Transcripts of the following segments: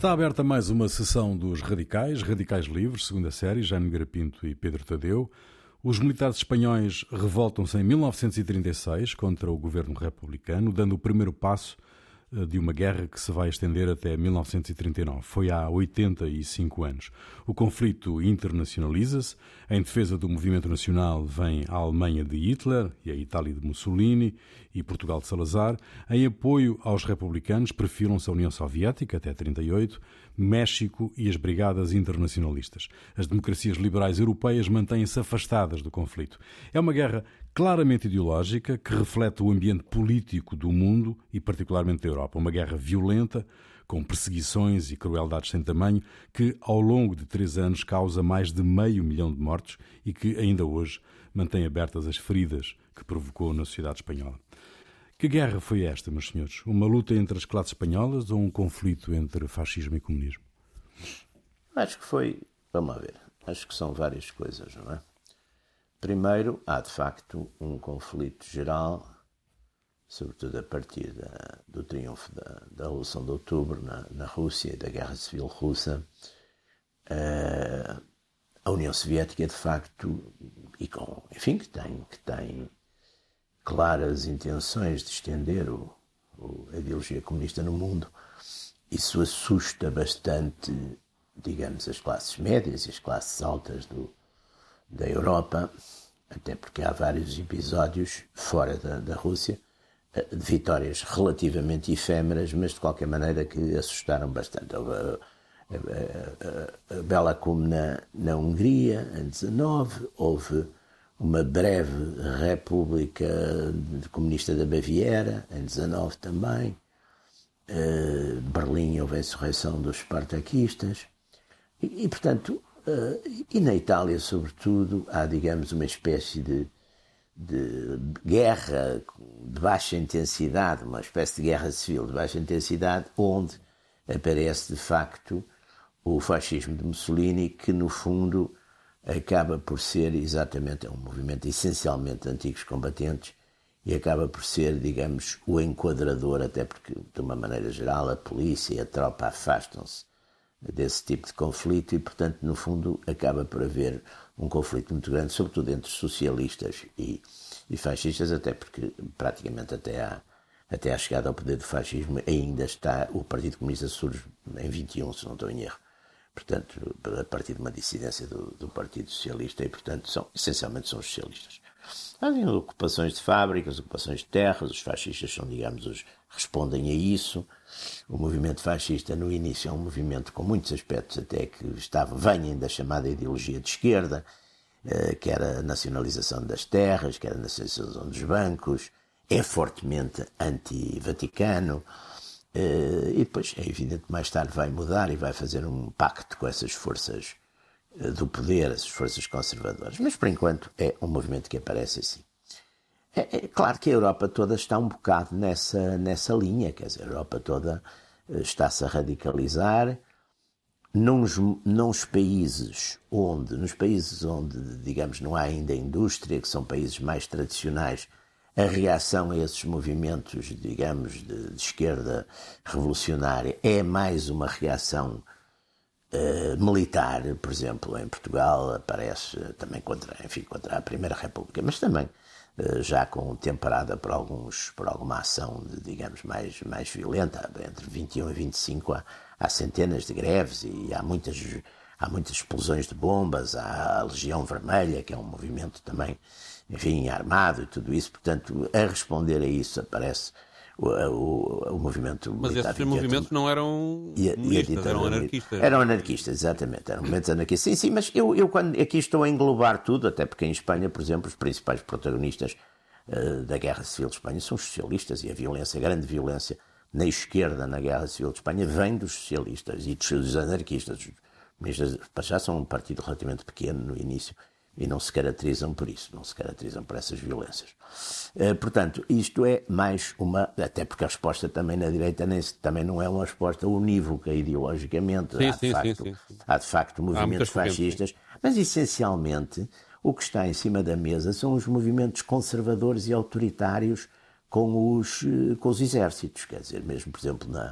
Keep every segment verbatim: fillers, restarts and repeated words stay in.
Está aberta mais uma sessão dos Radicais, Radicais Livres, segunda série, Jaime Garapinto e Pedro Tadeu. Os militares espanhóis revoltam-se em mil novecentos e trinta e seis contra o governo republicano, dando o primeiro passo de uma guerra que se vai estender até mil novecentos e trinta e nove. Foi há oitenta e cinco anos. O conflito internacionaliza-se. Em defesa do movimento nacional vem a Alemanha de Hitler e a Itália de Mussolini e Portugal de Salazar. Em apoio aos republicanos perfilam-se a União Soviética, até trinta e oito, México e as Brigadas Internacionalistas. As democracias liberais europeias mantêm-se afastadas do conflito. É uma guerra claramente ideológica que reflete o ambiente político do mundo e particularmente da Europa. Uma guerra violenta, com perseguições e crueldades sem tamanho, que ao longo de três anos causa mais de meio milhão de mortos e que ainda hoje mantém abertas as feridas que provocou na sociedade espanhola. Que guerra foi esta, meus senhores? Uma luta entre as classes espanholas ou um conflito entre fascismo e comunismo? Acho que foi, vamos lá ver, acho que são várias coisas, não é? Primeiro, há de facto um conflito geral, sobretudo a partir da, do triunfo da, da Revolução de Outubro na, na Rússia e da Guerra Civil Russa. Uh, a União Soviética, de facto, e com, enfim, que tem, que tem claras intenções de estender o, o, a ideologia comunista no mundo, isso assusta bastante, digamos, as classes médias e as classes altas do da Europa, até porque há vários episódios fora da, da Rússia, de vitórias relativamente efêmeras, mas de qualquer maneira que assustaram bastante. Houve a, a, a, a Bela Cum na, na Hungria, em dezenove, houve uma breve república comunista da Baviera, em dezenove também, uh, Berlim houve a insurreição dos espartaquistas, e, e portanto, Uh, e na Itália, sobretudo, há, digamos, uma espécie de, de guerra de baixa intensidade, uma espécie de guerra civil de baixa intensidade, onde aparece, de facto, o fascismo de Mussolini, que, no fundo, acaba por ser exatamente, é um movimento essencialmente de antigos combatentes, e acaba por ser, digamos, o enquadrador, até porque, de uma maneira geral, a polícia e a tropa afastam-se desse tipo de conflito e, portanto, no fundo, acaba por haver um conflito muito grande, sobretudo entre socialistas e, e fascistas, até porque praticamente até à, até à chegada ao poder do fascismo ainda está, o Partido Comunista surge em vinte e um, se não estou em erro, portanto, a partir de uma dissidência do, do Partido Socialista e, portanto, são, essencialmente são os socialistas. Havia ocupações de fábricas, ocupações de terras, os fascistas são, digamos, os respondem a isso. O movimento fascista, no início, é um movimento com muitos aspectos até que estava, vêm da chamada ideologia de esquerda, que era a nacionalização das terras, que era a nacionalização dos bancos, é fortemente anti-Vaticano, e depois é evidente que mais tarde vai mudar e vai fazer um pacto com essas forças do poder, essas forças conservadoras. Mas, por enquanto, é um movimento que aparece assim. É, é claro que a Europa toda está um bocado nessa, nessa linha, quer dizer, a Europa toda está-se a radicalizar. Nos, nos países onde, nos países onde, digamos, não há ainda indústria, que são países mais tradicionais, a reação a esses movimentos, digamos, de, de esquerda revolucionária é mais uma reação Uh, militar, por exemplo, em Portugal aparece uh, também contra, enfim, contra a Primeira República, mas também uh, já com temperada por alguns, por alguma ação, de, digamos, mais, mais violenta. Entre vinte e um e vinte e cinco há, há centenas de greves e há muitas, há muitas explosões de bombas, há a Legião Vermelha, que é um movimento também, enfim, armado e tudo isso. Portanto, a responder a isso aparece O, o, o movimento Mas esses movimentos não eram e, comunistas, e eram anarquistas. Eram anarquistas, exatamente. Eram movimentos anarquistas. Sim, sim, mas eu, eu quando aqui estou a englobar tudo, até porque em Espanha, por exemplo, os principais protagonistas uh, da Guerra Civil de Espanha são os socialistas, e a violência, a grande violência na esquerda na Guerra Civil de Espanha vem dos socialistas e dos anarquistas. Os comunistas, já são um partido relativamente pequeno no início, e não se caracterizam por isso, não se caracterizam por essas violências. Uh, portanto, isto é mais uma... Até porque a resposta também na direita nem, também não é uma resposta unívoca ideologicamente. Sim, há, de sim, facto, sim, sim. há de facto movimentos fascistas, sim. Mas essencialmente o que está em cima da mesa são os movimentos conservadores e autoritários com os, com os exércitos. Quer dizer, mesmo, por exemplo, na,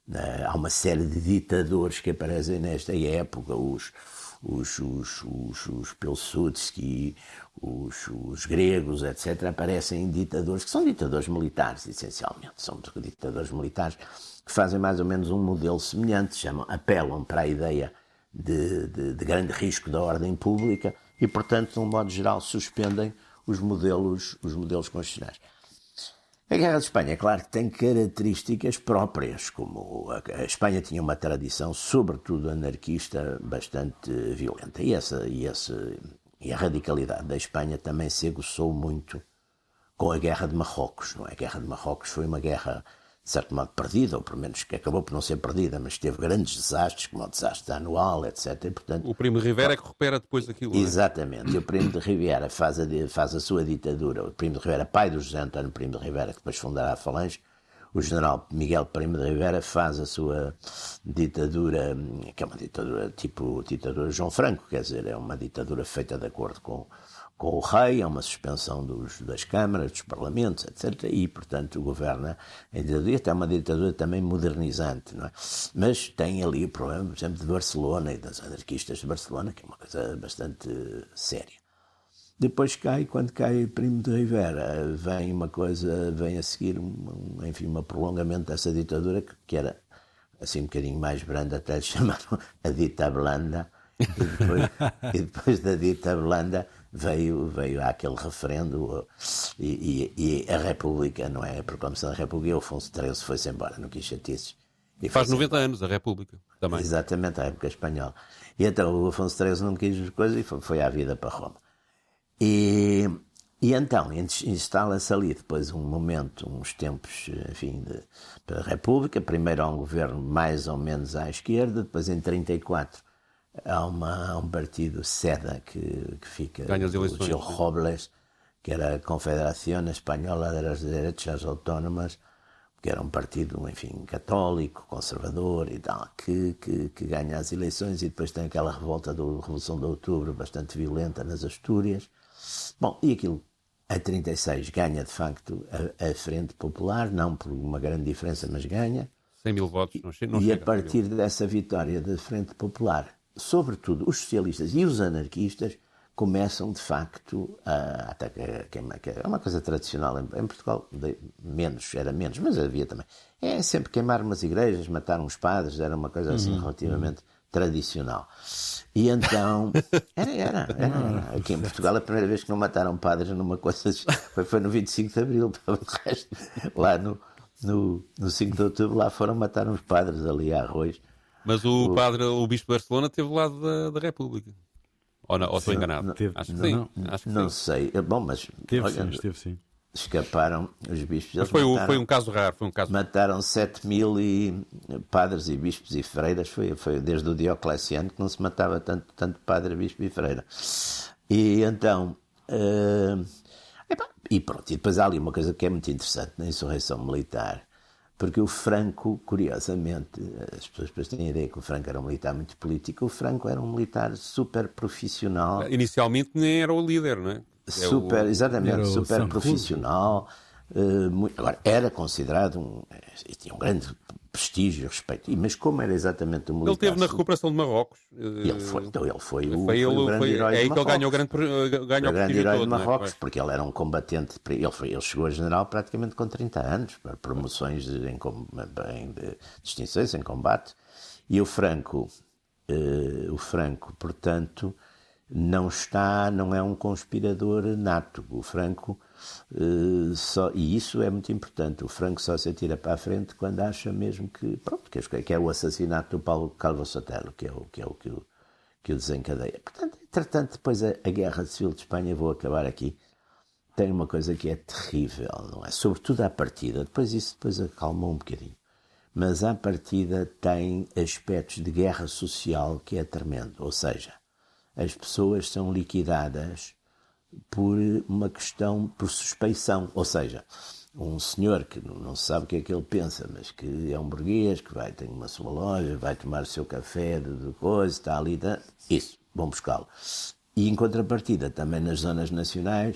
Há uma série de ditadores que aparecem nesta época, os, os, os, os, os Pilsudski, os, os gregos, etcétera, aparecem ditadores que são ditadores militares, essencialmente. São ditadores militares que fazem mais ou menos um modelo semelhante, chamam, apelam para a ideia de, de, de grande risco da ordem pública e, portanto, de um modo geral, suspendem os modelos, os modelos constitucionais. A Guerra de Espanha, é claro que tem características próprias, como a Espanha tinha uma tradição, sobretudo anarquista, bastante violenta. E, essa, e, essa, e a radicalidade da Espanha também se aguçou muito com a Guerra de Marrocos. Não é? A Guerra de Marrocos foi uma guerra, de certo modo, perdida, ou pelo menos que acabou por não ser perdida, mas teve grandes desastres, como o desastre anual, etcétera. E, portanto, o Primo de Rivera é que recupera depois daquilo. Exatamente. E o Primo de Rivera faz a, faz a sua ditadura. O Primo de Rivera, pai do José António Primo de Rivera, que depois fundará a Falange, o general Miguel Primo de Rivera faz a sua ditadura, que é uma ditadura tipo ditadura João Franco, quer dizer, é uma ditadura feita de acordo com com o rei, é uma suspensão dos, das câmaras, dos parlamentos, etcétera. E, portanto, governa a ditadura. Até é uma ditadura também modernizante, não é? Mas tem ali o problema, por exemplo, de Barcelona e das anarquistas de Barcelona, que é uma coisa bastante séria. Depois cai, quando cai Primo de Rivera, vem uma coisa, vem a seguir, um, enfim, um prolongamento dessa ditadura, que, que era assim um bocadinho mais branda, até lhe chamaram a dita blanda. E depois, e depois da dita blanda veio, veio aquele referendo e, e, e a República, não é? A proclamação da República, e o Afonso treze foi-se embora, não quis chatices. E faz noventa anos a República também. Exatamente, a época espanhola. E então o Afonso treze não quis coisas e foi, foi à vida para Roma. E, e então instala-se ali depois um momento, uns tempos, enfim, de, para a República. Primeiro há um governo mais ou menos à esquerda, depois em trinta e quatro há, uma, há um partido SEDA que, que fica, ganha as eleições, o Gil Robles, que era a Confederación Española de las Derechas Autónomas, que era um partido, enfim, católico, conservador e tal, que, que, que ganha as eleições, e depois tem aquela revolta da Revolução de Outubro, bastante violenta nas Astúrias. Bom, e aquilo, a trinta e seis, ganha de facto a, a Frente Popular, não por uma grande diferença, mas ganha. cem mil votos, não, che- não e chega. E a partir dessa vitória da Frente Popular, sobretudo os socialistas e os anarquistas começam, de facto, a atacar, é uma coisa tradicional em, em Portugal, de, menos, era menos, mas havia também. É sempre queimar umas igrejas, matar uns padres, era uma coisa assim uhum, relativamente uhum. tradicional. E então, era, era, era, era. Aqui em Portugal, a primeira vez que não mataram padres numa coisa, foi, foi no vinte e cinco de Abril, o resto, lá no, no, no cinco de Outubro, lá foram matar uns padres ali a Arroz. Mas o, o padre, o bispo de Barcelona, teve lado da, da República. Ou, não, ou estou enganado? Não, teve, acho que não, sim. Não, acho que não sim. sei. Bom, mas teve, olha, sim, esteve sim. Escaparam os bispos. Mas foi, mataram, foi um caso raro. Foi um caso... Mataram sete mil e, padres e bispos e freiras. Foi, foi desde o Diocleciano que não se matava tanto, tanto padre, bispo e freira. E então... Uh, epá, e pronto. E depois há ali uma coisa que é muito interessante na insurreição militar. Porque o Franco, curiosamente, as pessoas depois têm a ideia que o Franco era um militar muito político. O Franco era um militar super profissional. Inicialmente nem era o líder, não é? Super, é o... exatamente, super profissional. Uh, muito, agora, era considerado um... tinha um grande prestígio e respeito. Mas como era exatamente um militar... Ele esteve na recuperação de Marrocos. Ele foi, então ele foi, o, foi, foi ele, o grande foi, herói é de Marrocos. É aí que ele ganhou o grande, ganhou o grande herói todo, de Marrocos, é? porque ele era um combatente... Ele, foi, ele chegou a general praticamente com trinta anos, para promoções em, em de distinções, em combate. E o Franco, uh, o Franco, portanto, não está, não é um conspirador nato. O Franco... Uh, só, e isso é muito importante. O Franco só se atira para a frente quando acha mesmo que, pronto, que é, que é o assassinato do Paulo Calvo Sotelo, que é o que, é o, que, o, que o desencadeia. Portanto, entretanto, depois a, a Guerra Civil de Espanha, vou acabar aqui, tem uma coisa que é terrível, não é? Sobretudo à partida, depois isso depois acalmou um bocadinho, mas à partida tem aspectos de guerra social que é tremendo, ou seja, as pessoas são liquidadas por uma questão, por suspeição, ou seja, um senhor que não se sabe o que é que ele pensa, mas que é um burguês, que vai, tem uma sua loja, vai tomar o seu café de, de coisa, está ali, tá, isso, vão buscá-lo. E em contrapartida, também nas zonas nacionais,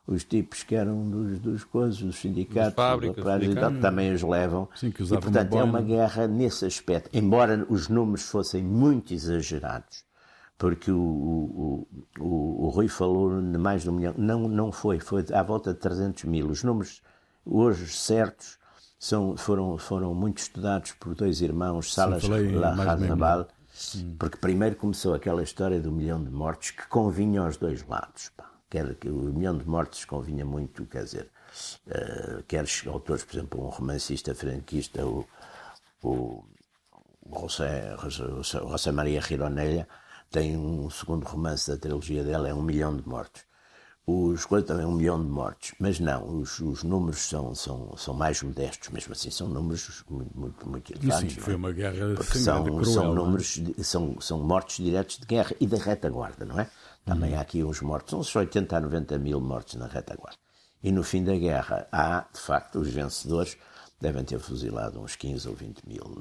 os tipos que eram dos, dos coisas, dos sindicatos, fábricas, dos operários e tal, também os levam. Sim, que e, usavam portanto, uma é uma boina. guerra nesse aspecto. Embora os números fossem muito exagerados, porque o, o, o, o Rui falou de mais de um milhão. Não, não foi, foi à volta de trezentos mil. Os números hoje certos são, foram, foram muito estudados por dois irmãos, Salas Larrazabal, porque primeiro começou aquela história do milhão de mortos que convinha aos dois lados. Pá. Quer que o milhão de mortos convinha muito, quer dizer, uh, quer autores, por exemplo, um romancista franquista, o, o, o José, José, José Maria Gironella, tem um segundo romance da trilogia dela, é um milhão de mortos. Os coisas também um milhão de mortos, mas não, os, os números são, são, são mais modestos, mesmo assim são números muito, muito, muito elevados. Sim, foi uma guerra porque são, cruel, são números, são, são mortos diretos de guerra e da retaguarda, não é? Também hum. há aqui uns mortos, uns oitenta a noventa mil mortos na retaguarda. E no fim da guerra há, de facto, os vencedores devem ter fuzilado uns quinze ou vinte mil,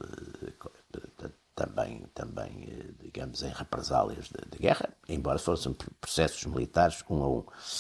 também, também digamos, em represálias de, de guerra, embora fossem processos militares um a um.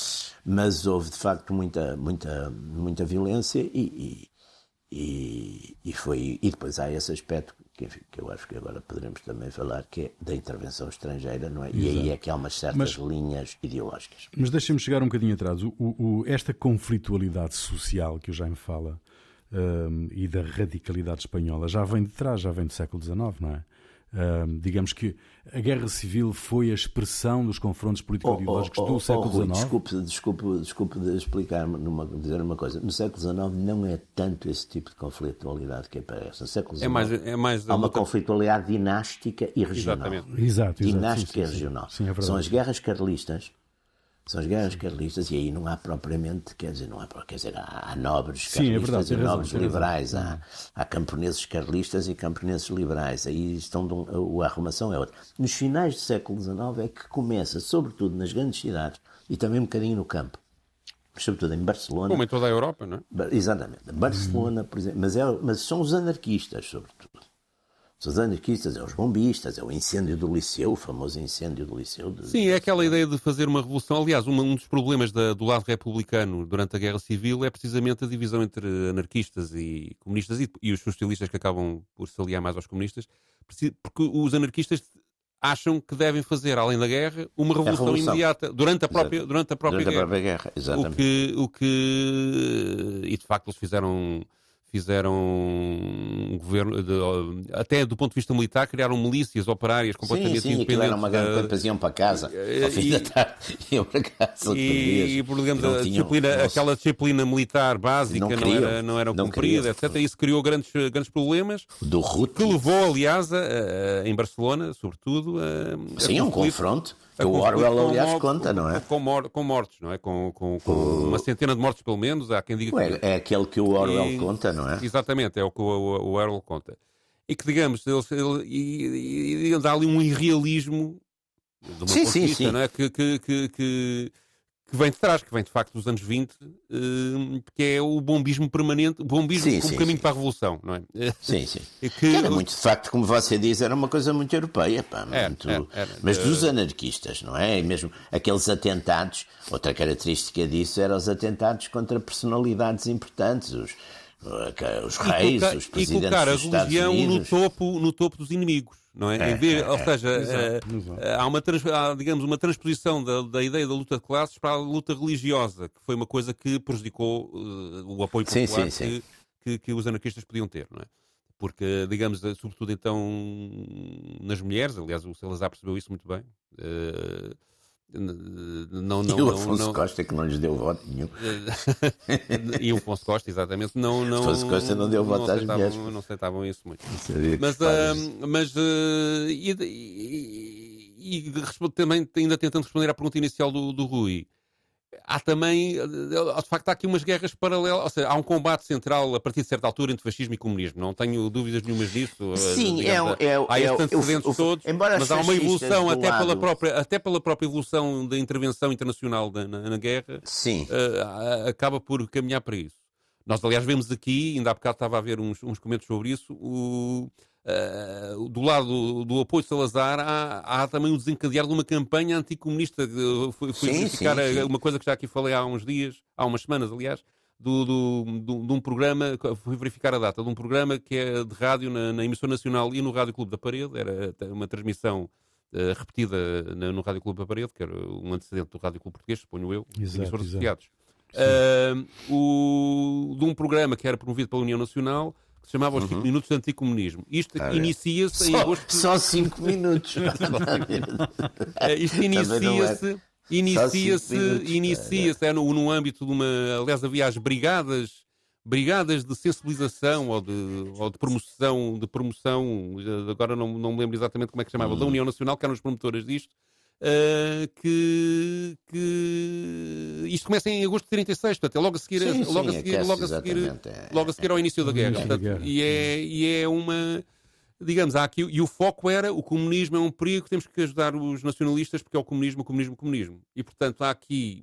Mas houve, de facto, muita, muita, muita violência e, e, e, e, foi, e depois há esse aspecto que, enfim, que eu acho que agora poderemos também falar, que é da intervenção estrangeira, não é? E aí é que há umas certas mas, linhas ideológicas. Mas deixem-me chegar um bocadinho atrás. O, o, esta conflitualidade social que o Jaime fala, Um, e da radicalidade espanhola já vem de trás, já vem do século dezenove, não é? Um, digamos que a guerra civil foi a expressão dos confrontos político-ideológicos oh, oh, oh, do século dezenove. Oh, desculpe, desculpe, desculpe de explicar, numa, dizer uma coisa. No século dezenove não é tanto esse tipo de conflitualidade que aparece. No século dezenove é mais, é mais há uma luta... conflitualidade dinástica e regional. Exatamente. Exato, exato. Dinástica sim, sim, e regional. Sim, é São as guerras carlistas. São as guerras carlistas e aí não há propriamente, quer dizer, não há, quer dizer, há, há nobres carlistas. Sim, é verdade, e nobres razão, liberais, há, há camponeses carlistas e camponeses liberais, aí estão de um, a arrumação é outra. Nos finais do século dezenove é que começa, sobretudo nas grandes cidades e também um bocadinho no campo, sobretudo em Barcelona. Como em toda a Europa, não é? Exatamente, Barcelona, por exemplo, mas, é, mas são os anarquistas, sobretudo. Os anarquistas, é os bombistas, é o incêndio do Liceu, o famoso incêndio do Liceu. De... Sim, é aquela ideia de fazer uma revolução. Aliás, um, um dos problemas da, do lado republicano durante a Guerra Civil é precisamente a divisão entre anarquistas e comunistas e, e os socialistas que acabam por se aliar mais aos comunistas, porque os anarquistas acham que devem fazer, além da guerra, uma revolução, revolução. imediata durante a própria, durante a própria durante guerra. A própria guerra. Exatamente. O que, o que... E, de facto, eles fizeram... fizeram um governo, de, até do ponto de vista militar, criaram milícias operárias completamente sim, sim, independentes. Sim, era uma grande coisa, depois iam para casa, ao fim da tarde, iam para casa. E, e por digamos, a disciplina, não, aquela disciplina militar básica não, não era, não era não cumprida, etcétera. Isso criou grandes, grandes problemas, do que levou, aliás, a, a, em Barcelona, sobretudo, a... Sim, a um confronto. Que o Orwell, aliás, com, conta, não é? Com, com, com mortes, não é? Com, com, com o... uma centena de mortes, pelo menos. Há quem diga que... É, é aquele que o Orwell e... conta, não é? Exatamente, é o que o, o, o Orwell conta. E que, digamos, ele, ele, e, e, dá ali um irrealismo de uma sim, sim, sim. Não é? que, que, que, que, que vem de trás, que vem, de facto, dos anos vinte, que é o bombismo permanente, o bombismo sim, como sim, caminho sim. para a revolução, não é? Sim, sim. Que, que era muito, de facto, como você diz, era uma coisa muito europeia, pá, muito... Era, era, mas dos uh... anarquistas, não é? E mesmo aqueles atentados, outra característica disso era os atentados contra personalidades importantes, os, os reis, colocar, os presidentes e colocar dos Estados a religião Unidos. no topo, no topo dos inimigos. Não é? É, em vez, é, ou seja, é. É, é, há, uma trans, há, digamos, uma transposição da, da ideia da luta de classes para a luta religiosa, que foi uma coisa que prejudicou uh, o apoio popular sim, sim, sim. Que, que, que os anarquistas podiam ter, não é? Porque, digamos, sobretudo então nas mulheres, aliás, o Salazar percebeu isso muito bem. Uh, não, não, e o Afonso não, não... Costa que não lhes deu voto nenhum. E o Afonso Costa, exatamente. Não, não, Afonso Costa não deu voto às mulheres. Não aceitavam isso muito. Mas, uh, mas uh, e, e, e, e também, ainda tentando responder à pergunta inicial do, do Rui, há também, de facto, há aqui umas guerras paralelas, ou seja, há um combate central a partir de certa altura entre fascismo e comunismo, não tenho dúvidas nenhumas disso. Sim, digamos, é, é, há estes é, antecedentes o, o, todos, mas há uma evolução até lado... pela, própria, até pela própria evolução da intervenção internacional da, na, na guerra, Sim. Uh, acaba por caminhar para isso. Nós, aliás, vemos aqui, ainda há bocado estava a ver uns, uns comentários sobre isso, o, Uh, do lado do apoio de Salazar, há, há também o desencadear de uma campanha anticomunista. Fui, fui sim, verificar sim, sim. uma coisa que já aqui falei há uns dias, há umas semanas, aliás, do, do, do, de um programa, fui verificar a data, de um programa que é de rádio na, na emissora nacional e no Rádio Clube da Parede. Era uma transmissão uh, repetida na, no Rádio Clube da Parede, que era um antecedente do Rádio Clube Português, suponho eu, emissores associados. Uh, o, de um programa que era promovido pela União Nacional, que se chamava Os cinco uhum. Minutos de Anticomunismo. Isto ah, inicia-se em agosto... Só cinco minutos. Isto inicia-se... Inicia-se, inicia-se é no, no âmbito de uma... Aliás, havia as brigadas, brigadas de sensibilização ou de, ou de promoção, de promoção, agora não, não me lembro exatamente como é que chamava, hum. da União Nacional, que eram os promotores disto, Uh, que, que isto começa em agosto de trinta e seis, portanto é logo a seguir, sim, logo, sim, a seguir, logo, a seguir é, logo a seguir ao início da guerra, portanto, guerra. E, é, e é uma, digamos, há aqui, e o foco era o comunismo é um perigo, temos que ajudar os nacionalistas porque é o comunismo, o comunismo, o comunismo, e portanto há aqui,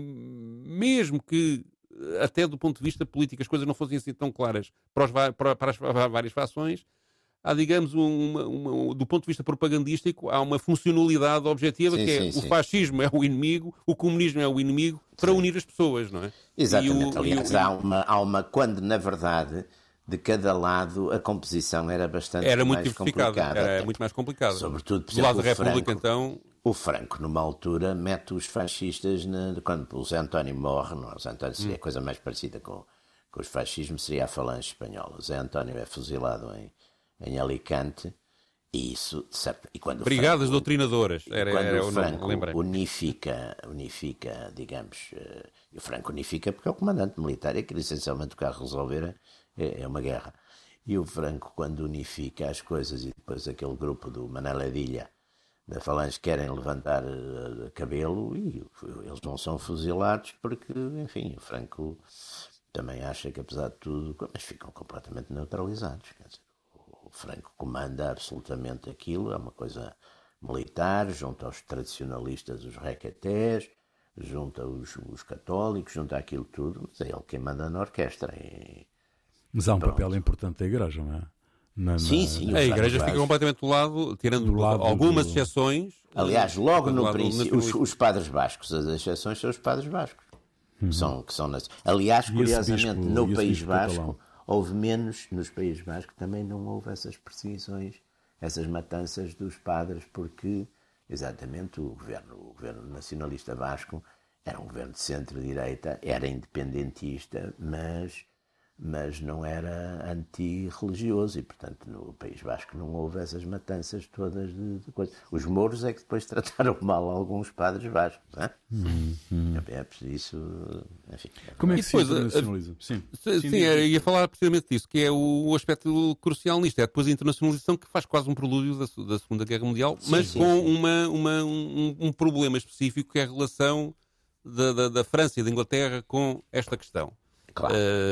mesmo que até do ponto de vista político as coisas não fossem assim tão claras para, os, para, para as várias fações, há, digamos, uma, uma, do ponto de vista propagandístico, há uma funcionalidade objetiva, sim, que é sim, o sim. fascismo é o inimigo, o comunismo é o inimigo, para sim. unir as pessoas, não é? Exatamente. O, Aliás, o, há, uma, há uma... Quando, na verdade, de cada lado, a composição era bastante era muito mais complicada. Era muito mais complicada. Sobretudo, por do lado exemplo, da República, Franco, então... O Franco, numa altura, mete os fascistas... Na, quando o Zé António morre, não, o Zé António seria hum. a coisa mais parecida com, com os fascismos, seria a falange espanhola. O Zé António é fuzilado em... em Alicante, e isso, certo, e quando Brigadas Franco, doutrinadoras, era, quando era o Franco nome, unifica, unifica, digamos, uh, e o Franco unifica porque é o comandante militar, é que essencialmente o que há a resolver é, é uma guerra. E o Franco, quando unifica as coisas, e depois aquele grupo do Manel Edilha, da Falange, querem levantar uh, cabelo, e eles não são fuzilados porque, enfim, o Franco também acha que, apesar de tudo, mas ficam completamente neutralizados, quer dizer. O Franco comanda absolutamente aquilo, é uma coisa militar, junto aos tradicionalistas, os requetés, junto os, os católicos, junto àquilo tudo, mas é ele quem manda na orquestra. E... Mas há um Pronto. papel importante da Igreja, não é? Na, sim, na... sim. A Igreja fica completamente do lado, tirando do lado algumas do... exceções. Aliás, logo no princípio, os, os padres bascos, as exceções são os padres bascos. Uhum. Que são, que são nas... Aliás, curiosamente, bispo, no País Basco, catalão. Houve menos, nos Países Bascos também não houve essas perseguições, essas matanças dos padres, porque exatamente o governo, o governo nacionalista basco era um governo de centro-direita, era independentista, mas, mas não era anti-religioso e, portanto, no País Basco não houve essas matanças todas de, de coisas. Os mouros é que depois trataram mal alguns padres bascos, não é? Hum, hum. É preciso isso, enfim. Como é que depois, se internacionaliza? Sim, sim, sim é, ia falar precisamente disso, que é o, o aspecto crucial nisto, é depois a internacionalização que faz quase um prelúdio da, da Segunda Guerra Mundial, sim, mas sim, com sim. Uma, uma, um, um problema específico que é a relação da, da, da França e da Inglaterra com esta questão. Claro.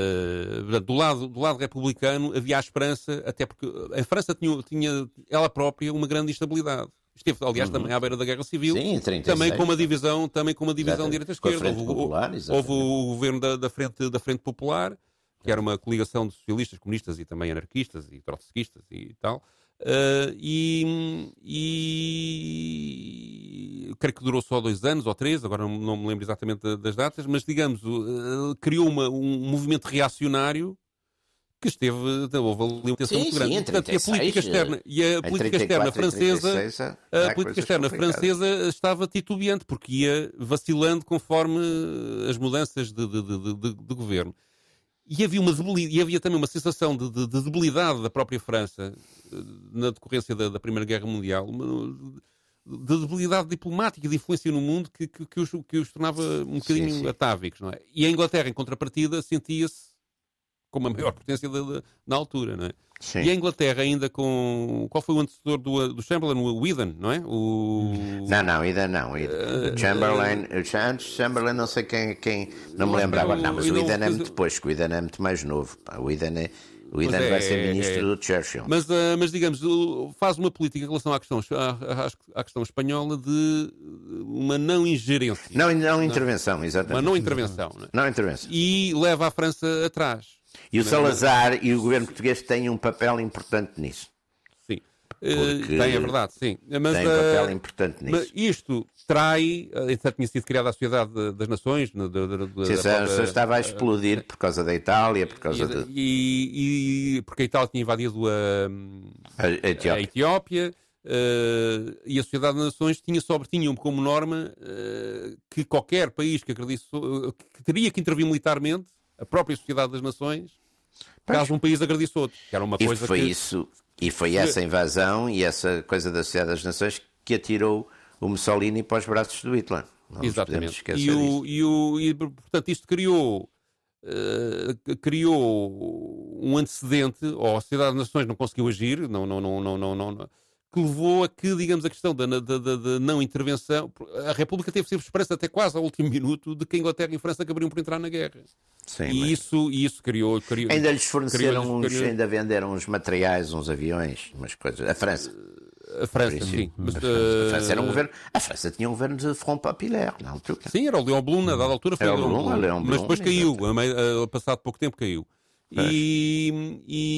Uh, do, lado, do lado republicano havia a esperança, até porque a França tinha, tinha ela própria uma grande instabilidade. Esteve, aliás, uhum. também à beira da Guerra Civil, sim, trinta e seis, também com uma divisão, também com uma divisão direita-esquerda. Houve, houve o governo da, da, frente, da Frente Popular, que era uma coligação de socialistas, comunistas e também anarquistas e trotskistas e tal. Uh, e, e creio que durou só dois anos ou três, agora não, não me lembro exatamente das datas, mas digamos, uh, criou uma, um movimento reacionário que esteve, houve ali uma tensão muito grande. Portanto, e a política externa, e a política externa francesa, a política externa francesa estava titubeante, porque ia vacilando conforme as mudanças de, de, de, de, de governo. E havia, uma debilidade, e havia também uma sensação de, de, de debilidade da própria França na decorrência da, da Primeira Guerra Mundial, uma, de debilidade diplomática e de influência no mundo que, que, que, os, que os tornava um bocadinho sim, sim. atávicos, não é? E a Inglaterra, em contrapartida, sentia-se como a maior potência da, da, na altura, não é? Sim. E a Inglaterra ainda com... Qual foi o antecessor do, do Chamberlain? O Eden, não é? O... Não, não, Eden não. Eden. Uh, Chamberlain, uh, antes Chamberlain não sei quem... quem não me lembro agora. Não, mas o Eden é muito depois, que o Eden é muito mais novo. Pá. O Eden, é, o Eden é, vai ser ministro é, do Churchill. Mas, uh, mas, digamos, faz uma política em relação à questão, à, à questão espanhola de uma não ingerência. Não, não intervenção, não, exatamente. Uma não intervenção. Não, é? não intervenção. E leva a França atrás. E o Salazar e o governo português têm um papel importante nisso. Porque tem, é verdade, sim. Mas, tem um papel importante nisso. Mas isto trai, entretanto tinha sido criada a Sociedade das Nações. De, de, de, de, Sim, da, da, estava a explodir uh, por causa da Itália, por causa e, de... E, e porque a Itália tinha invadido a, a, a Etiópia. A Etiópia uh, e a Sociedade das Nações tinha sobre, tinham como norma uh, que qualquer país que acredite uh, que teria que intervir militarmente, a própria Sociedade das Nações, pois. Caso um país agredisse outro. Que era uma e coisa foi que... isso, e foi essa invasão e essa coisa da Sociedade das Nações que atirou o Mussolini para os braços do Hitler. Não Exatamente. E, o, e, o, e, portanto, isto criou, uh, criou um antecedente, ou a Sociedade das Nações não conseguiu agir, não, não, não, não, não, não, que levou a que, digamos, a questão da, da, da, da não intervenção... A República teve sempre esperança até quase ao último minuto de que a Inglaterra e a França acabariam por entrar na guerra. Sim, e, mas... isso, e isso criou... criou ainda lhes forneceram criou, uns... criou... ainda venderam uns materiais, uns aviões, umas coisas. A França. A França, sim. Mas, a, França. Uh... a França era um governo... A França tinha um governo de Front Populaire, na altura. Sim, era o Leon Blum, na dada altura foi o Leon Blum. Leon Blum. Mas depois caiu, exatamente. a, passado pouco tempo caiu. E,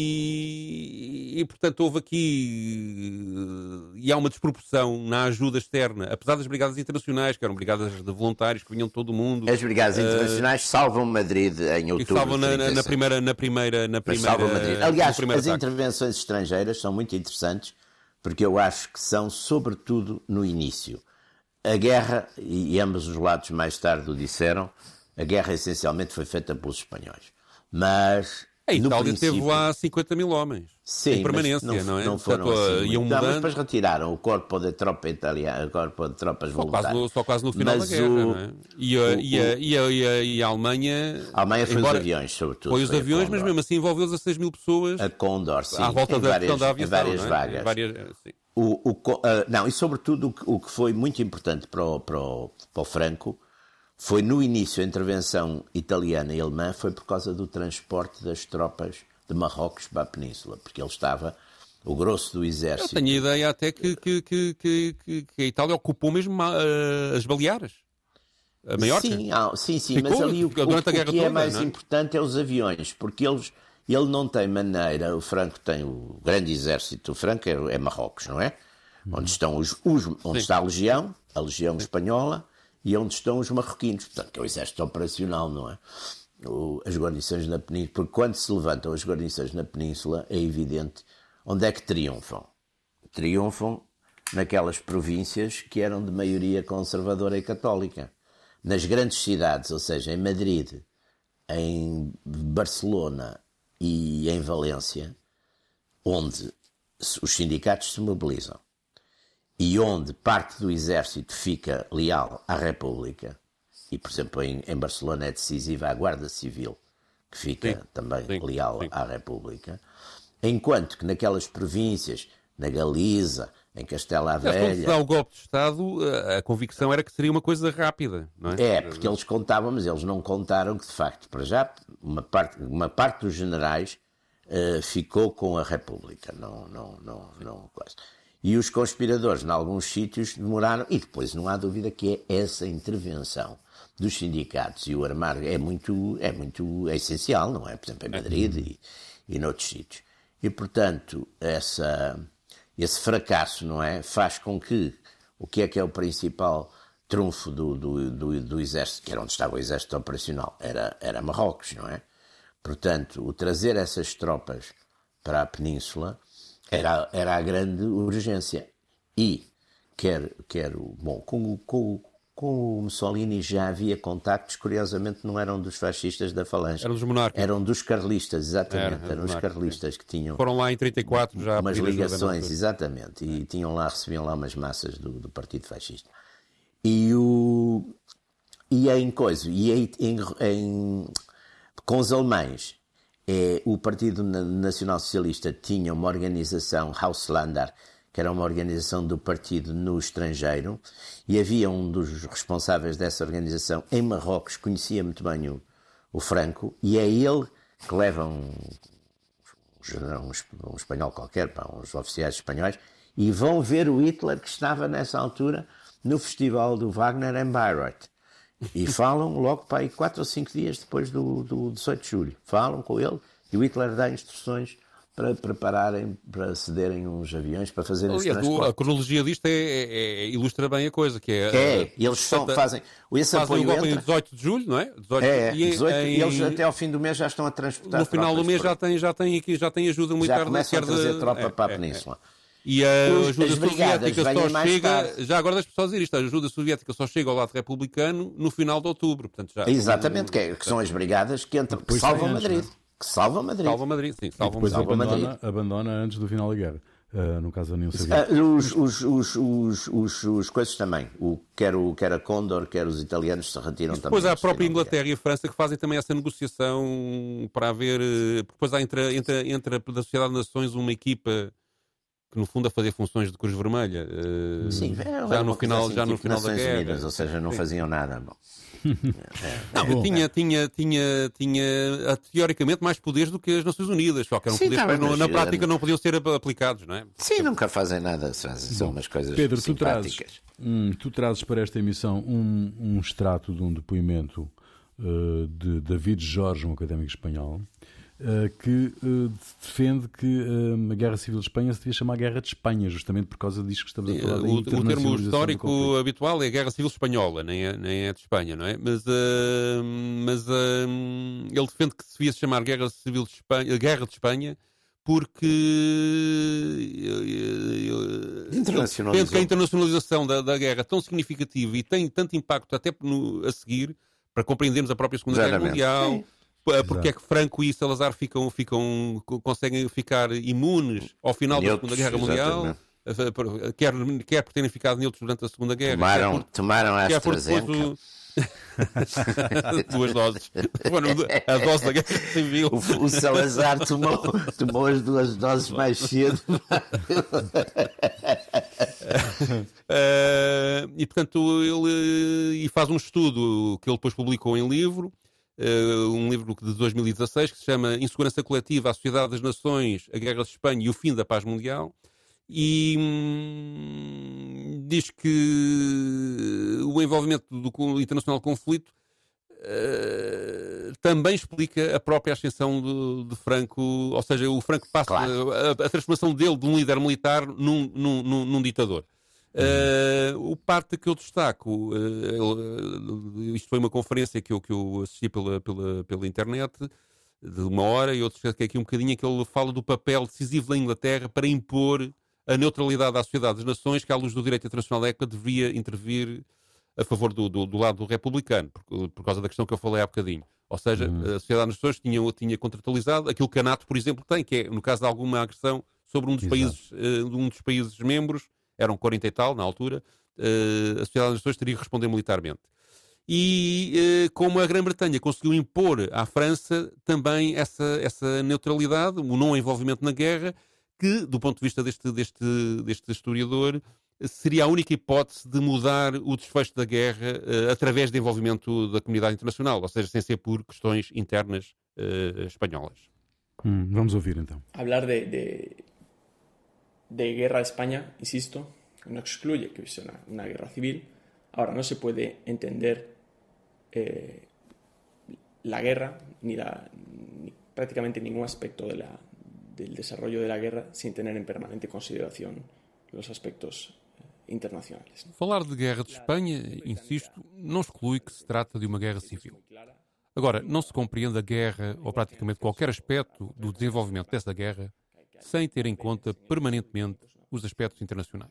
e, e, portanto, houve aqui... E há uma desproporção na ajuda externa, apesar das brigadas internacionais, que eram brigadas de voluntários que vinham de todo o mundo. As brigadas uh, internacionais salvam Madrid em outubro. E salvam na, na primeira... Na primeira, na primeira salvam Madrid. Aliás, as ataque. Intervenções estrangeiras são muito interessantes, porque eu acho que são, sobretudo, no início. A guerra, e ambos os lados mais tarde o disseram, a guerra essencialmente foi feita pelos espanhóis. Mas a Itália princípio... teve lá cinquenta mil homens. Sim, em permanência, não, não é? Não foram Portanto, assim. Iam não, mudando... mas depois retiraram o corpo de tropa italiana, o corpo de tropas só voluntárias. Quase no, só quase no final mas da guerra, o... não é? E a, o, e, a, e, a, e, a, e a Alemanha... A Alemanha foi embora... os aviões, sobretudo. Foi os foi aviões, mas mesmo assim envolveu dezasseis mil pessoas. A Condor, sim. À volta da, várias, da aviação, várias não é? vagas. Várias, sim. O, o, uh, não, e sobretudo o que, o que foi muito importante para o, para, o, para o Franco foi no início a intervenção italiana e alemã foi por causa do transporte das tropas de Marrocos para a Península, porque ele estava, o grosso do exército... Eu tenho a ideia até que, que, que, que, que a Itália ocupou mesmo uh, as Baleares, a Maiorca. Sim, ah, sim, sim Ficou, mas ali o, o, o que toda, é mais não é? importante é os aviões, porque eles, ele não tem maneira, o Franco tem o grande exército, o Franco é, é Marrocos, não é? Hum. Onde estão os, os onde está a Legião, a Legião sim. Espanhola, e onde estão os marroquinos, portanto, que é o exército operacional, não é? O, as guarnições na Península, porque quando se levantam as guarnições na Península, é evidente onde é que triunfam. Triunfam naquelas províncias que eram de maioria conservadora e católica. Nas grandes cidades, ou seja, em Madrid, em Barcelona e em Valência, onde os sindicatos se mobilizam e onde parte do exército fica leal à República, e, por exemplo, em, em Barcelona é decisiva a Guarda Civil, que fica sim, também sim, leal sim. à República, enquanto que naquelas províncias, na Galiza, em Castela a Velha... Quando se dá o golpe de Estado, a, a convicção era que seria uma coisa rápida, não é? É, porque eles contavam, mas eles não contaram que, de facto, para já, uma parte, uma parte dos generais uh, ficou com a República, não... não, não, não quase. E os conspiradores, em alguns sítios, demoraram... E depois não há dúvida que é essa intervenção dos sindicatos e o armar é muito, é muito é essencial, não é? Por exemplo, em Madrid e, e noutros sítios. E, portanto, essa, esse fracasso, não é? Faz com que o que é que é o principal trunfo do, do, do, do exército, que era onde estava o exército operacional, era, era Marrocos, não é? Portanto, o trazer essas tropas para a Península era, era a grande urgência. E, quer, quer bom, com o... Com, Com o Mussolini já havia contactos, curiosamente não eram dos fascistas da Falange. Eram dos monarcas. Eram dos carlistas, exatamente. Era, eram os carlistas sim. que tinham... Foram lá em trinta e quatro já... Umas ligações, exatamente. E tinham lá, recebiam lá umas massas do, do Partido Fascista. E, o, e em coisa, e em, em, em, com os alemães, é, o Partido Nacional Socialista tinha uma organização, Ausländer, que era uma organização do partido no estrangeiro, e havia um dos responsáveis dessa organização em Marrocos, conhecia muito bem o, o Franco, e é ele que leva um, um, um espanhol qualquer, pá, uns oficiais espanhóis, e vão ver o Hitler, que estava nessa altura no festival do Wagner em Bayreuth. E falam logo para aí quatro ou cinco dias depois do, do dezoito de julho. Falam com ele, e o Hitler dá instruções para prepararem, para cederem uns aviões, para fazerem esse transporte. A cronologia disto é, é, é, ilustra bem a coisa, que é... É, eles são, fazem... Esse fazem apoio o golpe entra, em dezoito de julho, não é? dezoito, é, e dezoito, em, eles até ao fim do mês já estão a transportar. No final do mês já tem, já tem, aqui, já tem ajuda militar. Já começam a trazer de, tropa é, para a é, Península. É. E a Os, ajuda soviética só chega... tarde. Já agora deixa-me só dizer isto. A ajuda soviética só chega ao lado republicano no final de outubro. Portanto, já, Exatamente, no, que, é, que são as brigadas que, entram, que salvam Madrid. Não? Que salvam Madrid. Salva Madrid, sim. Salva depois salva abandona, Madrid. abandona antes do final da guerra. Uh, no caso da União Soviética. Uh, os, os, os, os, os, os coisas também. O, quer, o, quer a Condor, quer os italianos se retiram e também. Depois há a própria Inglaterra e a França que fazem também essa negociação para haver... Depois há entre, entre, entre a Sociedade de Nações uma equipa que no fundo a fazer funções de Cruz Vermelha. Uh, Sim, já no final, assim, já tipo no final da guerra. Unidas, ou seja, não faziam nada. Bom. É, não, tinha, tinha, tinha, tinha teoricamente mais poderes do que as Nações Unidas, só que eram Sim, poderes tá, que mas, na prática não podiam ser aplicados, não é? Sim, nunca fazem nada, são umas coisas Pedro, simpáticas. Tu trazes, hum, tu trazes para esta emissão um, um extrato de um depoimento uh, de David Jorge, um académico espanhol, Uh, que uh, defende que uh, a Guerra Civil de Espanha se devia chamar Guerra de Espanha, justamente por causa disso que estamos a falar. Da o, o termo histórico do habitual é Guerra Civil Espanhola, nem é, nem é de Espanha, não é? Mas, uh, mas uh, ele defende que se devia chamar Guerra Civil de Espanha, Guerra de Espanha, porque defende que a internacionalização da, da guerra é tão significativa e tem tanto impacto até no, a seguir, para compreendermos a própria Segunda Guerra Mundial. Sim. Porque é que Franco e Salazar ficam, ficam, conseguem ficar imunes ao final da Segunda Guerra Mundial, quer, quer por terem ficado neutros durante a Segunda Guerra. Tomaram, por, tomaram a AstraZeneca. O... Duas doses. A dose da Guerra Civil. O, o Salazar tomou, tomou as duas doses mais cedo. uh, e, portanto, ele e faz um estudo que ele depois publicou em livro. Uh, um livro de dois mil e dezasseis que se chama Insegurança Coletiva, a Sociedade das Nações, a Guerra de Espanha e o Fim da Paz Mundial, e hum, diz que o envolvimento do internacional conflito uh, também explica a própria ascensão de, de Franco, ou seja, o Franco passa claro. a, a transformação dele de um líder militar num, num, num, num ditador. Uh, o parte que eu destaco, uh, isto foi uma conferência que eu, que eu assisti pela, pela, pela internet, de uma hora, e eu destaquei aqui um bocadinho, que ele fala do papel decisivo da Inglaterra para impor a neutralidade à Sociedade das Nações, que à luz do direito internacional da época deveria intervir a favor do, do, do lado do republicano, por, por causa da questão que eu falei há bocadinho. Ou seja, uhum. a Sociedade das Nações tinha, tinha contratualizado aquilo que a NATO, por exemplo, tem, que é, no caso de alguma agressão sobre um dos, países, uh, um dos países membros, eram quarenta e tal, na altura, uh, a Sociedade das Nações teria que responder militarmente. E uh, como a Grã-Bretanha conseguiu impor à França também essa, essa neutralidade, o não envolvimento na guerra, que, do ponto de vista deste, deste, deste historiador, seria a única hipótese de mudar o desfecho da guerra uh, através de envolvimento da comunidade internacional, ou seja, sem ser por questões internas uh, espanholas. Hum, vamos ouvir, então. Hablar de... de... de guerra de España, insisto, no excluye que hubiese una, una guerra civil. Ahora, no se puede entender eh, la guerra, ni, la, ni prácticamente ningún aspecto de la, del desarrollo de la guerra, sin tener en permanente consideración los aspectos eh, internacionales. Falar de guerra de Espanha, insisto, não exclui que se trata de uma guerra civil. Agora, não se compreende a guerra, ou praticamente qualquer aspecto do desenvolvimento dessa guerra, sem ter em conta permanentemente os aspectos internacionais.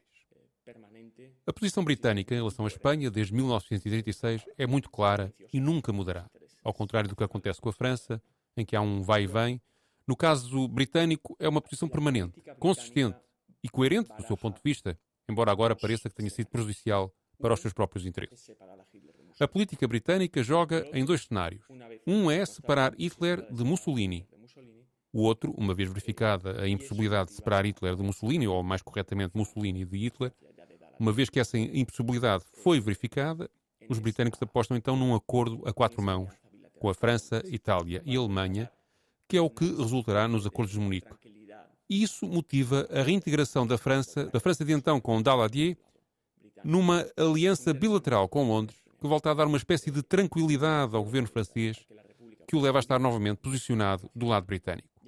A posição britânica em relação à Espanha, desde mil novecentos e trinta e seis, é muito clara e nunca mudará. Ao contrário do que acontece com a França, em que há um vai e vem, no caso britânico é uma posição permanente, consistente e coerente do seu ponto de vista, embora agora pareça que tenha sido prejudicial para os seus próprios interesses. A política britânica joga em dois cenários. Um é separar Hitler de Mussolini. O outro, uma vez verificada a impossibilidade de separar Hitler de Mussolini, ou mais corretamente Mussolini de Hitler, uma vez que essa impossibilidade foi verificada, os britânicos apostam então num acordo a quatro mãos, com a França, Itália e Alemanha, que é o que resultará nos acordos de Munique. E isso motiva a reintegração da França, da França de então com Daladier, numa aliança bilateral com Londres, que volta a dar uma espécie de tranquilidade ao governo francês, que o leva a estar novamente posicionado do lado britânico.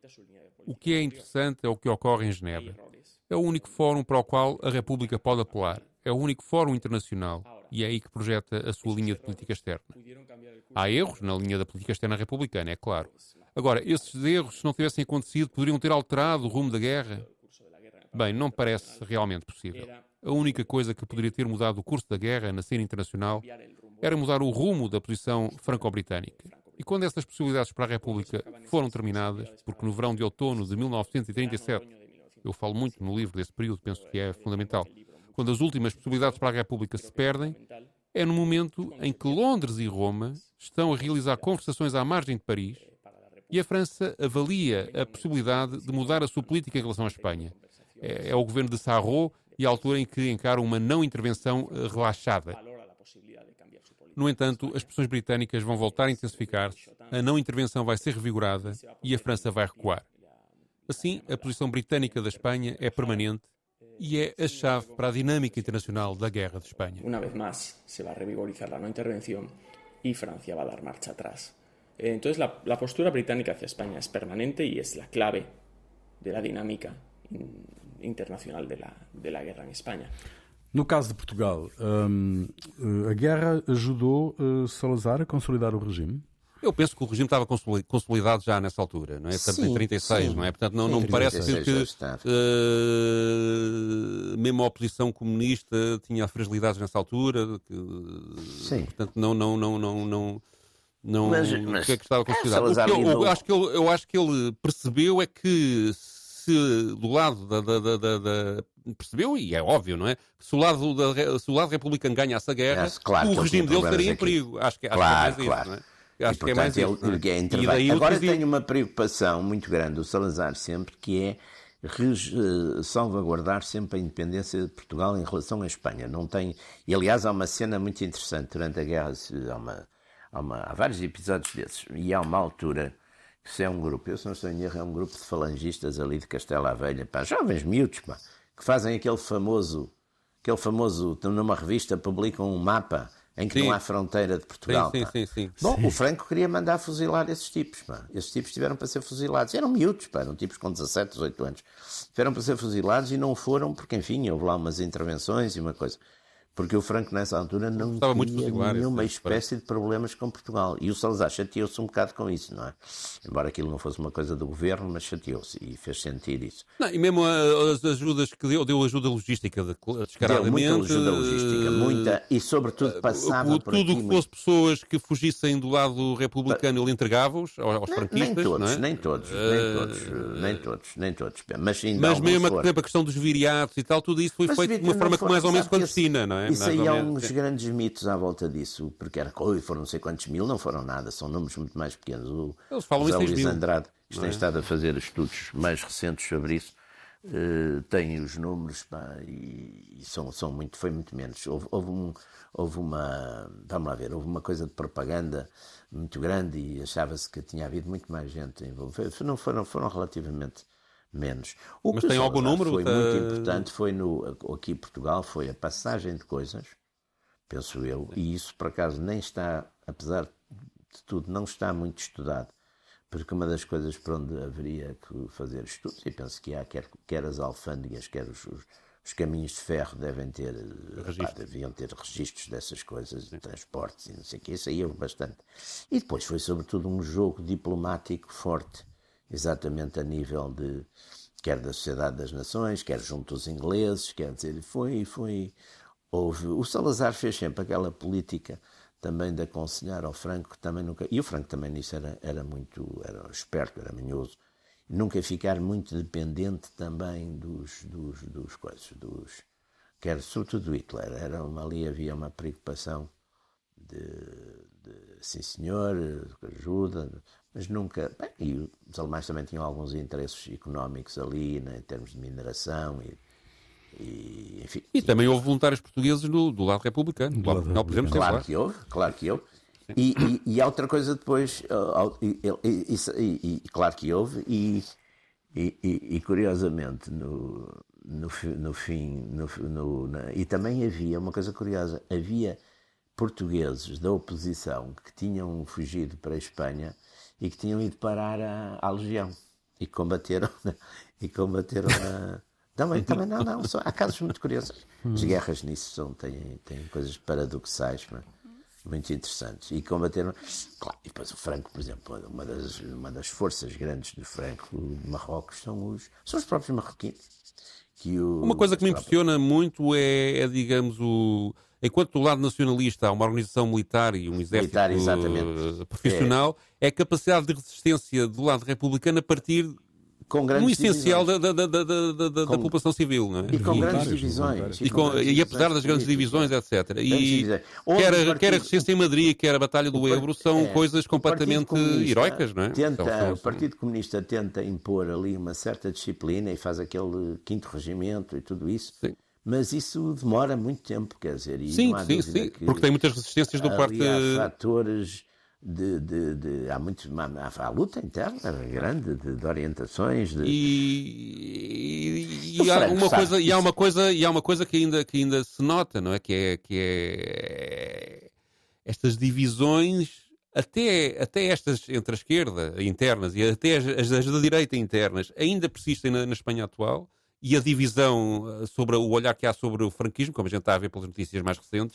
O que é interessante é o que ocorre em Genebra. É o único fórum para o qual a República pode apelar. É o único fórum internacional e é aí que projeta a sua linha de política externa. Há erros na linha da política externa republicana, é claro. Agora, esses erros, se não tivessem acontecido, poderiam ter alterado o rumo da guerra? Bem, não parece realmente possível. A única coisa que poderia ter mudado o curso da guerra na cena internacional era mudar o rumo da posição franco-britânica. E quando essas possibilidades para a República foram terminadas, porque no verão de outono de mil novecentos e trinta e sete, eu falo muito no livro desse período, penso que é fundamental, quando as últimas possibilidades para a República se perdem, é no momento em que Londres e Roma estão a realizar conversações à margem de Paris e a França avalia a possibilidade de mudar a sua política em relação à Espanha. É, é o governo de Sarrault e a altura em que encara uma não intervenção relaxada. No entanto, as pressões britânicas vão voltar a intensificar-se, a não intervenção vai ser revigorada e a França vai recuar. Assim, a posição britânica da Espanha é permanente e é a chave para a dinâmica internacional da Guerra de Espanha. Uma vez mais, se vai revigorizar a não intervenção e França vai dar marcha atrás. Então, a postura britânica hacia Espanha é permanente e é a clave da dinâmica internacional da guerra em Espanha. No caso de Portugal, hum, a guerra ajudou uh, Salazar a consolidar o regime? Eu penso que o regime estava consolidado já nessa altura, não é? Portanto, sim, em trinta e seis, sim. Não é? Portanto, não, não me parece ser que uh, mesmo a oposição comunista tinha fragilidades nessa altura. Que, sim. Portanto, não, não, não, não, não, não mas, mas, o que é que estava consolidado? É, O que eu, eu, acho que ele, eu acho que ele percebeu é que se do lado da, da, da, da, da percebeu, e é óbvio, não é? Que se o lado, da, se o lado republicano ganhasse a guerra, é, claro, o regime dele estaria em perigo. Acho que, acho claro, que é mais claro. isso, não é? Acho e, que é mais ele, isso. Ele é intervém. Agora tem uma preocupação muito grande, o Salazar sempre, que é uh, salvaguardar sempre a independência de Portugal em relação à Espanha. Não tem... E, aliás, há uma cena muito interessante durante a guerra, há, uma, há, uma, há vários episódios desses, e há uma altura... Isso é um grupo, eu se não estou em erro, é um grupo de falangistas ali de Castela à Velha, pá, jovens miúdos, pá, que fazem aquele famoso, aquele famoso, numa revista publicam um mapa em que sim. não há fronteira de Portugal. Sim, sim, sim, sim. Bom, sim. o Franco queria mandar fuzilar esses tipos, pá. Esses tipos tiveram para ser fuzilados. Eram miúdos, pá, eram tipos com dezassete, dezoito anos. Tiveram para ser fuzilados e não foram, porque enfim, houve lá umas intervenções e uma coisa. Porque o Franco, nessa altura, não Estava tinha nenhuma espécie de problemas com Portugal. E o Salazar chateou-se um bocado com isso, não é? Embora aquilo não fosse uma coisa do governo, mas chateou-se e fez sentir isso. Não, e mesmo as ajudas que deu, deu ajuda logística descaradamente. Deu muita ajuda logística, muita, e sobretudo passava o, por tudo aqui... Tudo que fosse pessoas que fugissem do lado republicano, ele entregava-os aos, aos não, franquistas, nem todos, não é? Nem todos, uh... nem todos, nem todos, nem todos. Mas, ainda mas mesmo a, a questão dos viriatos e tal, tudo isso foi mas feito de uma forma mais ou menos clandestina, não é? Isso aí há uns grandes mitos à volta disso, porque era, oh, foram não sei quantos mil, não foram nada, são números muito mais pequenos. O Eles falam José em Luís mil. Andrade, que não tem é? estado a fazer estudos mais recentes sobre isso, uh, tem os números, pá, e, e são, são muito, foi muito menos. Houve, houve, um, houve uma, vamos lá ver, houve uma coisa de propaganda muito grande e achava-se que tinha havido muito mais gente envolvida. Não foram, foram relativamente menos. O Mas que tem o algum número? Foi tá... muito importante, foi no, aqui em Portugal, foi a passagem de coisas, penso eu, e isso por acaso nem está, apesar de tudo, não está muito estudado, porque uma das coisas para onde haveria que fazer estudos, e penso que há, quer, quer as alfândegas, quer os, os, os caminhos de ferro devem ter, pá, deviam ter registros dessas coisas, de transportes e não sei o que, isso aí houve bastante. E depois foi sobretudo um jogo diplomático forte, exatamente a nível de, quer da Sociedade das Nações, quer junto aos ingleses, quer dizer, foi, foi, houve, o Salazar fez sempre aquela política também de aconselhar ao Franco, que também nunca, e o Franco também nisso era, era muito, era esperto, era manhoso, nunca ficar muito dependente também dos, dos, dos coisas, dos, quer sobretudo do Hitler, era uma, ali havia uma preocupação de, de sim senhor, ajuda, mas nunca... Bem, e os alemães também tinham alguns interesses económicos ali, né, em termos de mineração e, e enfim... E também houve voluntários portugueses do, do lado republicano. Do lado, não, podemos claro lá. que houve, claro que houve. E, e, e há outra coisa depois, e, e, e, e claro que houve, e, e, e curiosamente, no, no, no fim, no, no, na, e também havia uma coisa curiosa, havia portugueses da oposição que tinham fugido para a Espanha e que tinham ido parar à, à Legião. e combateram, e combateram a... Também, também não, não, são, há casos muito curiosos. As guerras nisso são, têm, têm coisas paradoxais, mas muito interessantes. E combateram... Claro, e depois o Franco, por exemplo, uma das, uma das forças grandes do Franco de Marrocos são os, são os próprios marroquinos. Que o, uma coisa que me próprias... impressiona muito é, é, digamos, o... enquanto do lado nacionalista há uma organização militar e um exército militar, profissional, é... é a capacidade de resistência do lado republicano a partir... Com grandes no essencial da, da, da, da, da, com, da população civil, não é? E com grandes divisões. E, com, e, e apesar das grandes divisões, etcétera. E quer, partido, quer a resistência em Madrid, quer a Batalha do Ebro, são é, coisas completamente heroicas, não é? Tenta, são, são, o Partido Comunista tenta impor ali uma certa disciplina e faz aquele quinto regimento e tudo isso. Sim. Mas isso demora muito tempo, quer dizer... E sim, não há sim, sim, porque tem muitas resistências do parte... Há fatores... De, de, de, há, muito, há, há luta interna grande de, de orientações de... e, e, e, há uma coisa, e há uma coisa e há uma coisa que ainda, que ainda se nota, não é? Que é, que é estas divisões até, até estas entre a esquerda internas e até as, as, as da direita internas ainda persistem na, na Espanha atual, e a divisão sobre o olhar que há sobre o franquismo, como a gente está a ver pelas notícias mais recentes,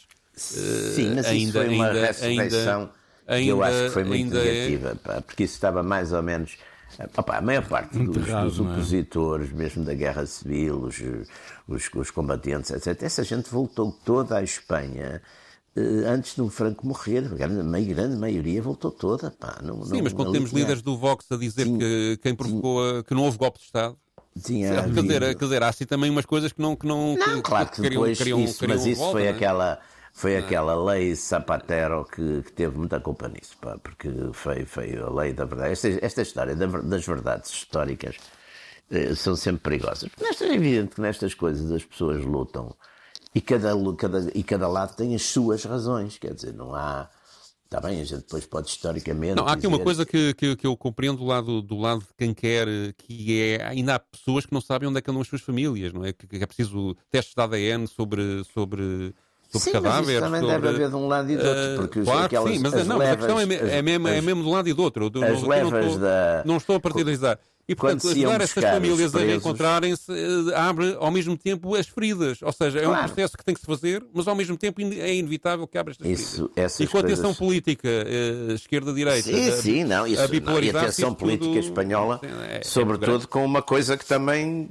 sim, mas ainda, isso foi uma ainda, ressurreição ainda, que ainda, eu acho que foi muito negativa, é... pá, porque isso estava mais ou menos... Opa, a maior parte dos, errado, dos opositores, é? mesmo da Guerra Civil, os, os, os combatentes, etcétera, essa gente voltou toda à Espanha eh, antes do Franco morrer. A grande, grande maioria voltou toda. Pá, não, Sim, não, mas quando temos tinha... líderes do Vox a dizer tinha, que quem provocou tinha, a, que não houve golpe de Estado... Tinha quer, dizer, quer dizer, há assim também umas coisas que não... Que não, não que, claro que depois, queriam, isso, queriam mas isso volta, foi não é? aquela... Foi aquela lei Zapatero que, que teve muita culpa nisso, pá, porque foi, foi a lei da verdade. Esta, esta história das verdades históricas eh, são sempre perigosas. Nesta, é evidente que nestas coisas as pessoas lutam e cada, cada, e cada lado tem as suas razões, quer dizer, não há... Está bem, a gente depois pode historicamente... Não, há aqui dizer... uma coisa que, que, que eu compreendo do lado, do lado de quem quer, que é... Ainda há pessoas que não sabem onde é que andam as suas famílias, não é? Que, que é preciso testes de A D N sobre... sobre... sobre sim, cadáveres, mas isso também sobre... deve haver de um lado e do outro. Porque uh, claro, aquelas, sim, mas, as não, levas, mas a questão é, é, mesmo, as, é mesmo de um lado e do outro. Eu, as não, levas não estou, da... não estou a partidizar. E, portanto, ajudar estas famílias a reencontrarem-se abre, ao mesmo tempo, as feridas. Ou seja, é claro. um processo que tem que se fazer, mas, ao mesmo tempo, é inevitável que abra estas Isso, feridas. E com a coisas... tensão política, uh, esquerda-direita, sim, a, sim, não, isso, a bipolaridade... Não, e a tensão política tudo... espanhola, é, sobretudo é com uma coisa que também...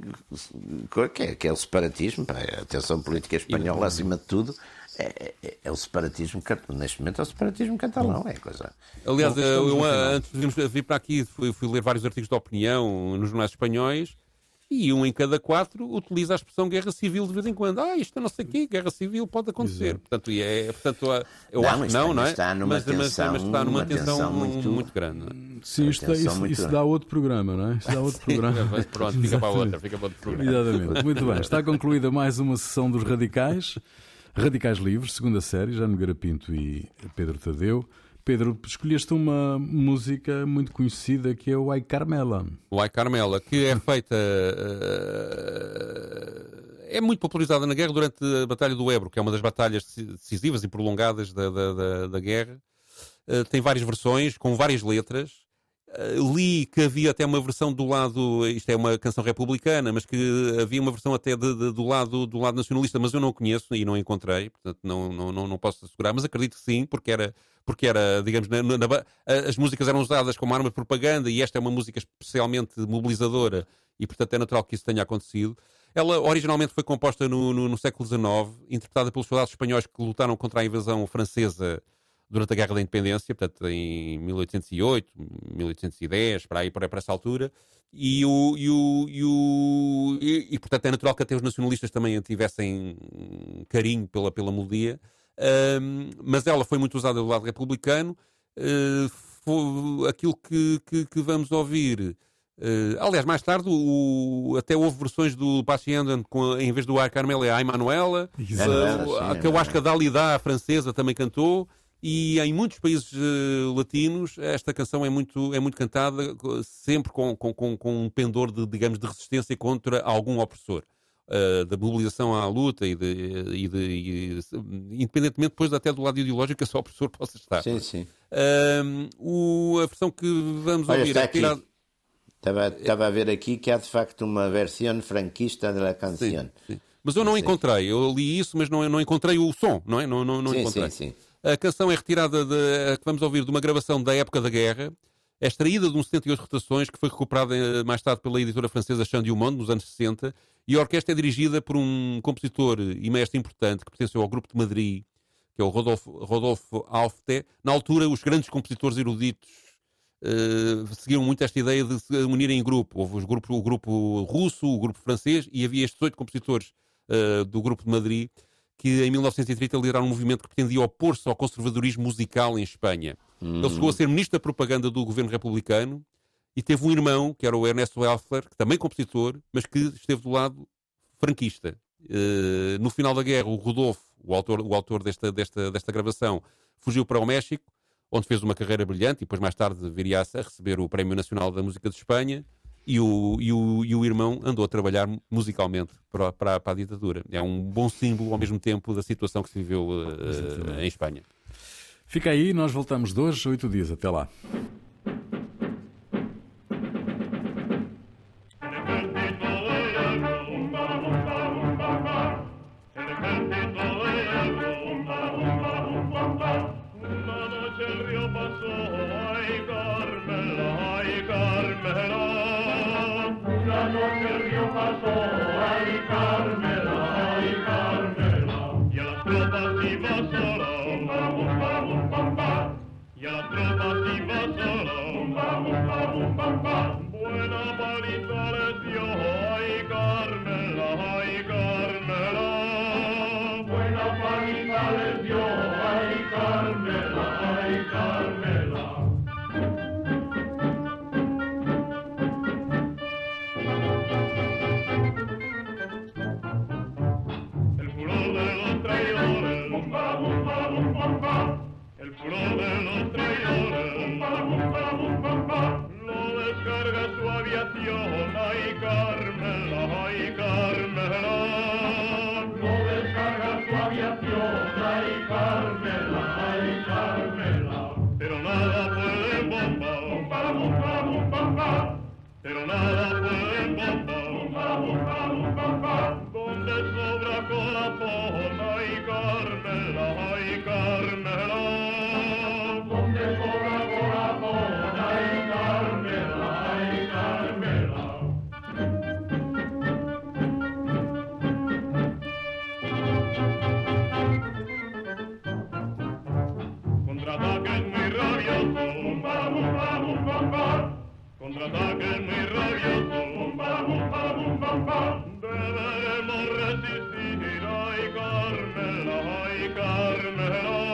Que é, que é o separatismo. Pá, a tensão política espanhola, e, acima de tudo... É, é, é o separatismo, neste momento é o separatismo catalão, é coisa. Aliás, eu, eu antes de vir para aqui fui, fui ler vários artigos de opinião nos jornais espanhóis e um em cada quatro utiliza a expressão guerra civil de vez em quando. Ah, isto é não sei o quê, guerra civil pode acontecer. Exato. Portanto, é, portanto, eu não, acho que não, não é? Está numa mas, tensão, mas, mas está numa tensão, tensão muito, muito grande. Não é? Sim, isto, isso, isso dá outro programa, não é? Isso dá outro programa. Pronto, fica para outra, fica para outro programa. Exatamente. Muito bem, está concluída mais uma sessão dos Radicais. Radicais Livres, segunda série, Jânio Nogueira Pinto e Pedro Tadeu. Pedro, escolheste uma música muito conhecida que é o Ai Carmela. O Ai Carmela, que é feita... Uh, é muito popularizada na guerra durante a Batalha do Ebro, que é uma das batalhas decisivas e prolongadas da, da, da, da guerra. Uh, tem várias versões, com várias letras. Uh, li que havia até uma versão do lado, isto é uma canção republicana, mas que havia uma versão até de, de, do, lado, do lado nacionalista, mas eu não conheço e não encontrei, portanto não, não, não, não posso assegurar, mas acredito que sim, porque era, porque era digamos, na, na, na, as músicas eram usadas como arma de propaganda e esta é uma música especialmente mobilizadora e portanto é natural que isso tenha acontecido. Ela originalmente foi composta no, no, no século dezenove, interpretada pelos soldados espanhóis que lutaram contra a invasão francesa durante a Guerra da Independência, portanto em mil oitocentos e oito, mil oitocentos e dez, para aí, para essa altura, e, o, e, o, e, o, e, e portanto é natural que até os nacionalistas também tivessem carinho pela, pela melodia, um, mas ela foi muito usada do lado republicano, uh, foi aquilo que, que, que vamos ouvir. Uh, aliás, mais tarde o, até houve versões do Bassi Andon com, em vez do Ai Carmela é Ai Manuela, uh, que eu acho que a Dalida, a francesa, também cantou. E em muitos países uh, latinos esta canção é muito, é muito cantada, sempre com, com, com, com um pendor de, digamos, de resistência contra algum opressor, uh, da mobilização à luta e de, e de, e de, independentemente depois até do lado ideológico que esse opressor possa estar. Sim, sim. Uh, o, a versão que vamos Olha, ouvir está é aqui. tirada... Estava, estava a ver aqui que há de facto uma versão franquista da canção. Sim, sim. Mas eu não sim. encontrei, eu li isso, mas não, não encontrei o som, não é? Não, não, não sim, encontrei. sim, sim. A canção é retirada, de, a que vamos ouvir, de uma gravação da época da guerra, é extraída de um setenta e oito rotações, que foi recuperada mais tarde pela editora francesa Chant du Monde, nos anos sessenta, e a orquestra é dirigida por um compositor e mestre importante, que pertenceu ao Grupo de Madrid, que é o Rodolphe, Rodolphe Aufté. Na altura, os grandes compositores eruditos uh, seguiam muito esta ideia de se unirem em grupo. Houve os grupo, o grupo russo, o grupo francês, e havia estes oito compositores uh, do Grupo de Madrid, que em mil novecentos e trinta lideraram um movimento que pretendia opor-se ao conservadorismo musical em Espanha. Hum. Ele chegou a ser ministro da propaganda do governo republicano e teve um irmão, que era o Ernesto Elfer, que também compositor, mas que esteve do lado franquista. Uh, no final da guerra, o Rodolfo, o autor, o autor desta, desta, desta gravação, fugiu para o México, onde fez uma carreira brilhante e depois mais tarde viria a receber o Prémio Nacional da Música de Espanha. E o, e, o, e o irmão andou a trabalhar musicalmente para, para, para a ditadura. É um bom símbolo, ao mesmo tempo, da situação que se viveu uh, em Espanha. Fica aí, nós voltamos de hoje, oito dias. Até lá. Contraataque muy rabioso, deberemos resistir, ay Carmela, ay Carmela.